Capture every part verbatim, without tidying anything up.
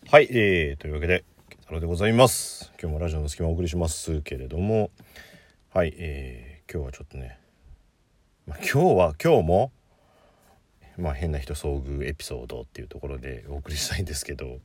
はい、えー、というわけでケタロウでございます。今日もラジオの隙間をお送りしますけれども、はい、えー、今日はちょっとね、まあ、今日は今日もまあ変な人遭遇エピソードっていうところでお送りしたいんですけど、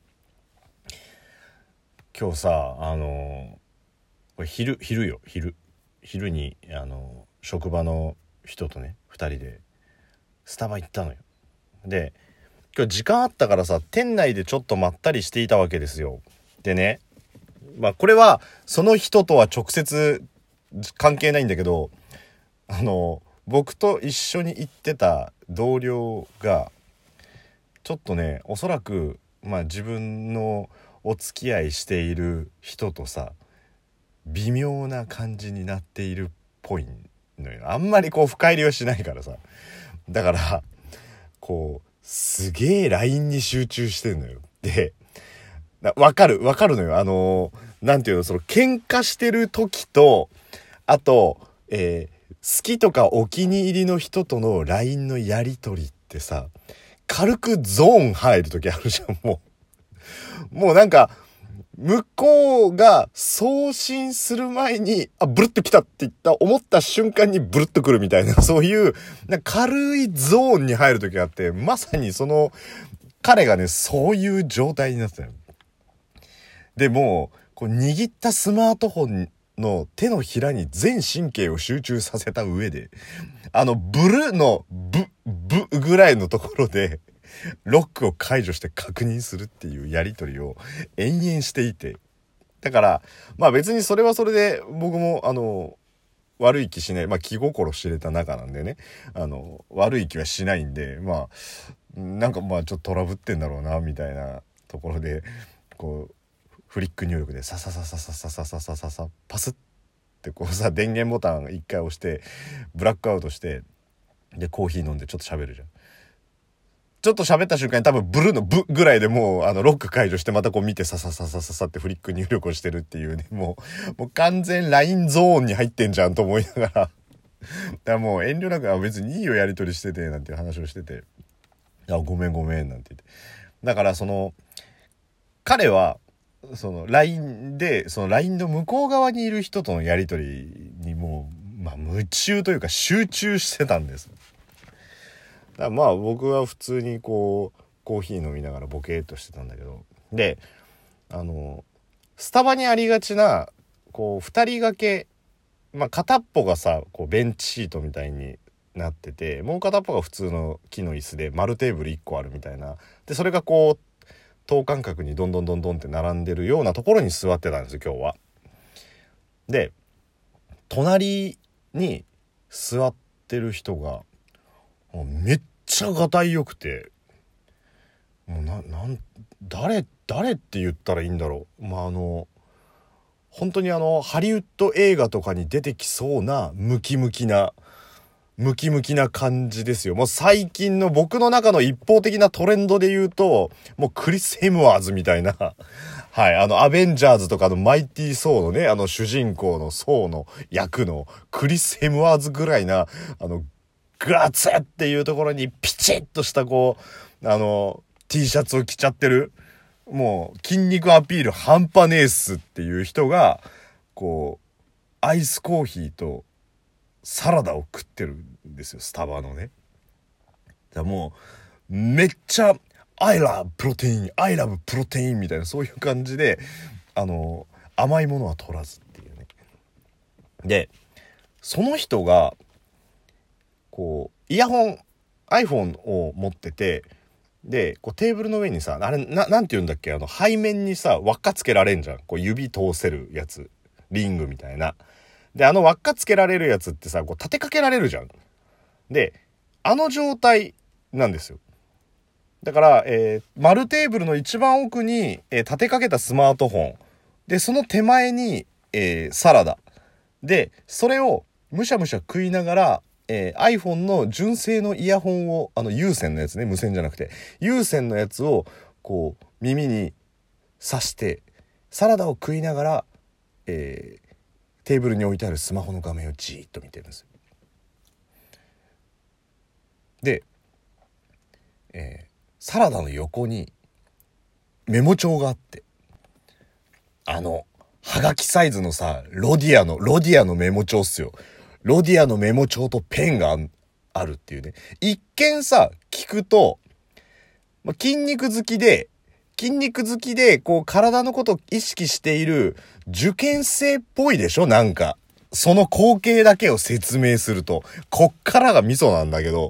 今日さあのこれ昼昼よ昼昼にあの職場の人とねふたりでスタバ行ったのよ。で今日時間あったからさ、店内でちょっとまったりしていたわけですよ。でね、まあこれはその人とは直接関係ないんだけど、あの僕と一緒に行ってた同僚がちょっとね、おそらくまあ自分のお付き合いしている人とさ、微妙な感じになっているっぽいのよ。あんまりこう深入りはしないからさ、だからこうすげえ ライン に集中してんのよ。でわかるわかるのよ。あのなんていうの、その喧嘩してる時と、あと、えー、好きとかお気に入りの人との ライン のやり取りってさ、軽くゾーン入る時あるじゃん。もうもうなんか向こうが送信する前に、あ、ブルッと来たって言った思った瞬間にブルッと来るみたいな、そういうなんか軽いゾーンに入る時があって、まさにその彼がね、そういう状態になってたよ。でもうこう握ったスマートフォンの手のひらに全神経を集中させた上で、あのブルのブブぐらいのところでロックを解除して確認するっていうやり取りを延々していて、だからまあ別にそれはそれで僕もあの悪い気しない、まあ気心知れた仲なんでね、あの悪い気はしないんで、まあなんかまあちょっとトラブってんだろうなみたいなところで、こうフリック入力でサササササササササササパスってこうさ、電源ボタン一回押してブラックアウトして、でコーヒー飲んでちょっと喋るじゃん。ちょっと喋った瞬間に多分ブルーのブぐらいでもうあのロック解除して、またこう見てササササササってフリック入力をしてるっていうね、もうもう完全 ライン ゾーンに入ってんじゃんと思いながら、だからもう遠慮なく、あ、別にいいよやり取りしててなんていう話をしてて、あ、ごめんごめんなんて言って、だからその彼はその ライン でその ライン の向こう側にいる人とのやり取りにもう、まあ、夢中というか集中してたんです。だからまあ僕は普通にこうコーヒー飲みながらボケーっとしてたんだけど、であのスタバにありがちなこうふたり掛け、まあ片っぽがさこうベンチシートみたいになってて、もう片っぽが普通の木の椅子で丸テーブルいっこあるみたいな、でそれがこう等間隔にどんどんどんどんって並んでるようなところに座ってたんですよ今日は。で隣に座ってる人がもうめっちゃがたいよくて、もうななん誰誰って言ったらいいんだろう。まああの本当にあのハリウッド映画とかに出てきそうなムキムキなムキムキな感じですよ。もう最近の僕の中の一方的なトレンドで言うと、もうクリス・ヘムワーズみたいなはい、あのアベンジャーズとかのマイティー・ソーのね、あの主人公のソーの役のクリス・ヘムワーズぐらいな、あのガツッっていうところにピチッとしたこうあの T シャツを着ちゃってる、もう筋肉アピール半端ねえっすっていう人がこうアイスコーヒーとサラダを食ってるんですよ、スタバのね。だもうめっちゃ I love プロテイン I love プロテインみたいな、そういう感じであの甘いものは取らずっていうね。でその人がこうイヤホン iPhone を持ってて、でこうテーブルの上にさ、あれななんて言うんだっけ、あの背面にさ輪っかつけられんじゃん、こう指通せるやつ、リングみたいな。であの輪っかつけられるやつってさ、こう立てかけられるじゃん。であの状態なんですよ。だから、えー、丸テーブルの一番奥に、えー、立てかけたスマートフォンで、その手前に、えー、サラダで、それをむしゃむしゃ食いながら、えー、iPhone の純正のイヤホンを、あの有線のやつね、無線じゃなくて有線のやつをこう耳に挿してサラダを食いながら、えー、テーブルに置いてあるスマホの画面をじーっと見てるんですよ。で、えー、サラダの横にメモ帳があって、あのはがきサイズのさ、ロディアのロディアのメモ帳っすよ。ロディアのメモ帳とペンがあ、あるっていうね。一見さ聞くと、まあ、筋肉好きで筋肉好きでこう体のことを意識している受験生っぽいでしょ。なんかその光景だけを説明するとこっからが味噌なんだけど、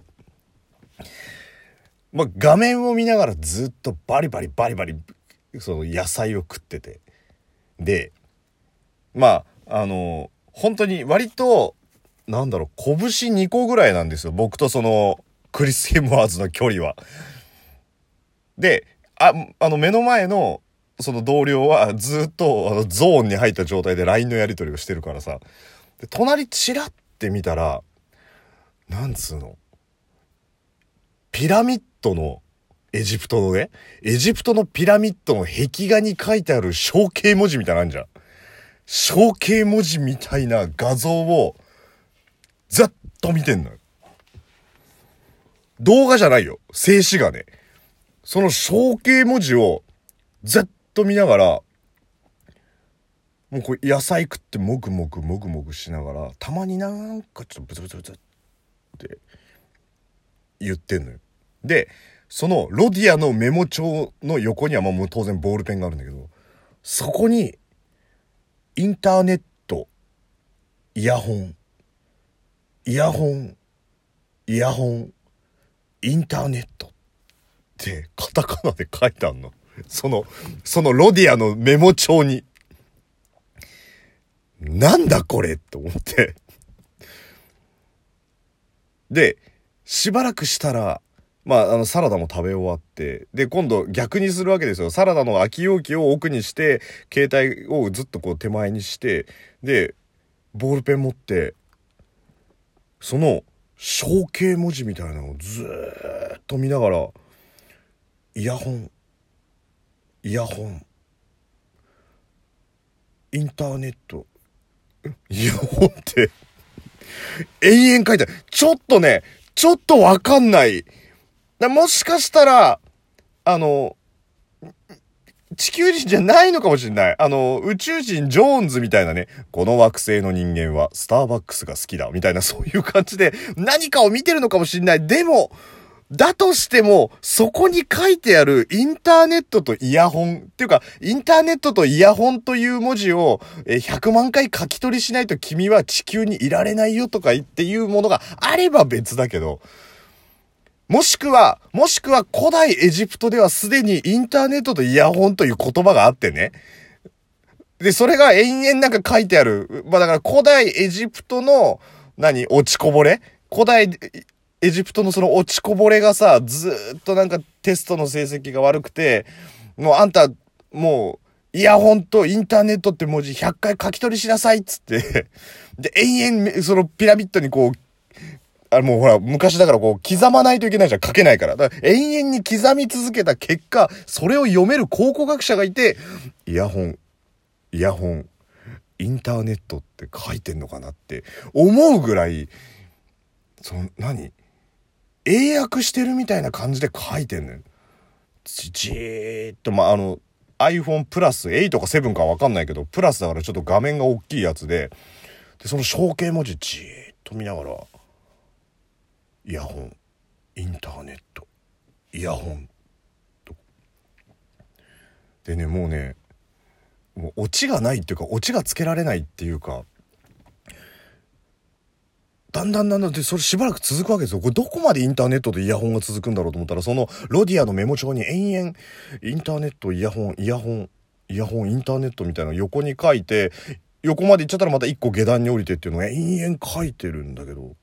まあ、画面を見ながらずっとバリバリバリバリその野菜を食ってて、でまああの本当に割となんだろう、拳にこぐらいなんですよ、僕とそのクリス・ヘムワーズの距離は。で、あ、あの目の前のその同僚はずっとあのゾーンに入った状態で ライン のやり取りをしてるからさ、で隣チラって見たら、なんつうの、ピラミッドのエジプトのね、エジプトのピラミッドの壁画に書いてある象形文字みたいなのあんじゃん。象形文字みたいな画像をざっと見てんのよ。動画じゃないよ、静止画ね。その象形文字をざっと見ながら、もうこれ野菜食ってもぐもぐもぐもぐしながら、たまになんかちょっとブツブツブツって言ってんのよ。で、そのロディアのメモ帳の横にはまあもう当然ボールペンがあるんだけど、そこにインターネット、イヤホン、イヤホン、イヤホン、インターネットってカタカナで書いてあんの。その、そのロディアのメモ帳に。なんだこれって思って。で、しばらくしたら、まあ、あの、サラダも食べ終わって、で、今度逆にするわけですよ。サラダの空き容器を奥にして、携帯をずっとこう手前にして、で、ボールペン持って、その象形文字みたいなのをずーっと見ながら、イヤホン、イヤホン、インターネット、イヤホンって延々書いてある。ちょっとね、ちょっとわかんない。だもしかしたら、あの、地球人じゃないのかもしれない。あの、宇宙人ジョーンズみたいなね、この惑星の人間はスターバックスが好きだみたいな、そういう感じで何かを見てるのかもしれない。でも、だとしても、そこに書いてあるインターネットとイヤホンっていうか、インターネットとイヤホンという文字をひゃくまんかい書き取りしないと君は地球にいられないよとかっていうものがあれば別だけど、もしくは、もしくは古代エジプトではすでにインターネットとイヤホンという言葉があってね。で、それが延々なんか書いてある。まあだから古代エジプトの、何、落ちこぼれ？古代エジプトのその落ちこぼれがさ、ずーっとなんかテストの成績が悪くて、もうあんた、もう、イヤホンとインターネットって文字ひゃっかい書き取りしなさいっつって、で、延々そのピラミッドにこう、あれもうほら、昔だからこう、刻まないといけないじゃん、書けないから。だから延々に刻み続けた結果、それを読める考古学者がいて、イヤホン、イヤホン、インターネットって書いてんのかなって思うぐらい、その、何？英訳してるみたいな感じで書いてんのよ。じ、じーっと、まあ、あの、iPhone プラスはちかななかわかんないけど、プラスだからちょっと画面が大きいやつで、で、その象形文字じーっと見ながら、イヤホン、インターネット、イヤホンと。でね、もうね、もうオチがないっていうか、オチがつけられないっていうか、だんだんだんだんで、それしばらく続くわけですよ。これどこまでインターネットでイヤホンが続くんだろうと思ったら、そのロディアのメモ帳に延々、インターネット、イヤホン、イヤホン、イヤホン、インターネットみたいなの横に書いて、横まで行っちゃったらまた一個下段に降りてっていうのが延々書いてるんだけど、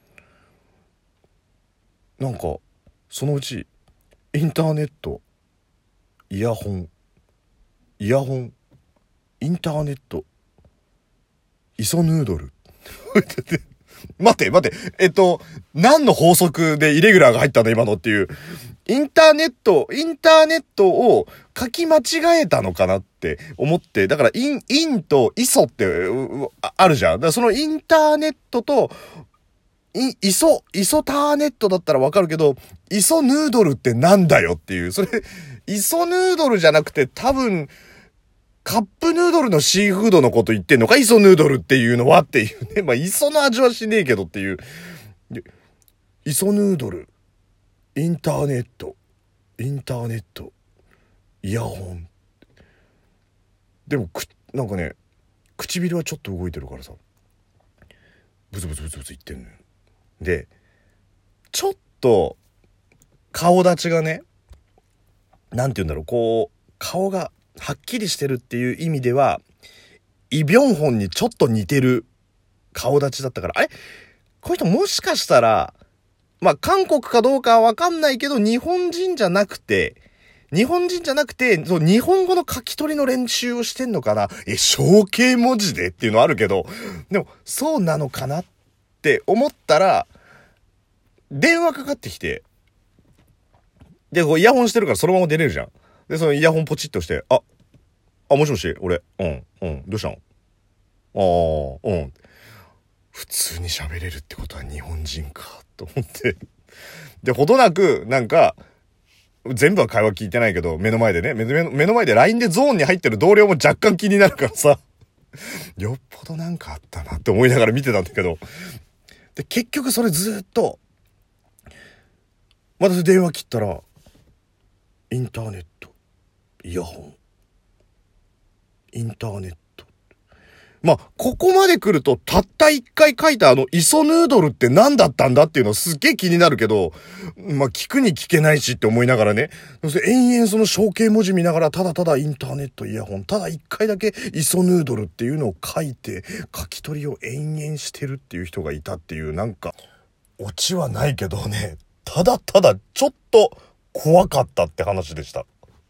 なんか、そのうち、インターネット、イヤホン、イヤホン、インターネット、イソヌードル。待って待って、えっと、何の法則でイレギュラーが入ったんだ今のっていう。インターネット、インターネットを書き間違えたのかなって思って、だからイン、インとイソってあるじゃん。だからそのインターネットと、イ、イソ、イソターネットだったらわかるけど、イソヌードルってなんだよっていう、それ、 磯ヌードルじゃなくて多分カップヌードルのシーフードのこと言ってんのか、磯ヌードルっていうのはっていうね。まあ磯の味はしねえけどっていう。磯ヌードル、インターネット、インターネット、イヤホン。でもくなんかね、唇はちょっと動いてるからさ、ブツブツブツブツ言ってんのよ。でちょっと顔立ちがね、なんて言うんだろう、こう顔がはっきりしてるっていう意味ではイ・ビョンホンにちょっと似てる顔立ちだったから、あれこの人もしかしたら、まあ韓国かどうかはわかんないけど日本人じゃなくて日本人じゃなくてそう日本語の書き取りの練習をしてんのかな。え象形文字でっていうのあるけど、でもそうなのかなって思ったら電話かかってきて、でこうイヤホンしてるからそのまま出れるじゃん。でそのイヤホンポチッとして、ああもしもし俺うんうんどうしたの、ああうん普通に喋れるってことは日本人かと思ってでほどなくなんか全部は会話聞いてないけど目の前でね目の目の前で ライン でゾーンに入ってる同僚も若干気になるからさよっぽどなんかあったなって思いながら見てたんだけど、で結局それずっとまた電話切ったらインターネット、イヤホン、インターネット。まあ、ここまで来るとたった一回書いたあの磯ヌードルって何だったんだっていうのはすっげえ気になるけど、まあ聞くに聞けないしって思いながらね、延々その象形文字見ながらただただインターネット、イヤホン、ただ一回だけ磯ヌードルっていうのを書いて書き取りを延々してるっていう人がいたっていう、なんかオチはないけどね、ただただちょっと怖かったって話でした。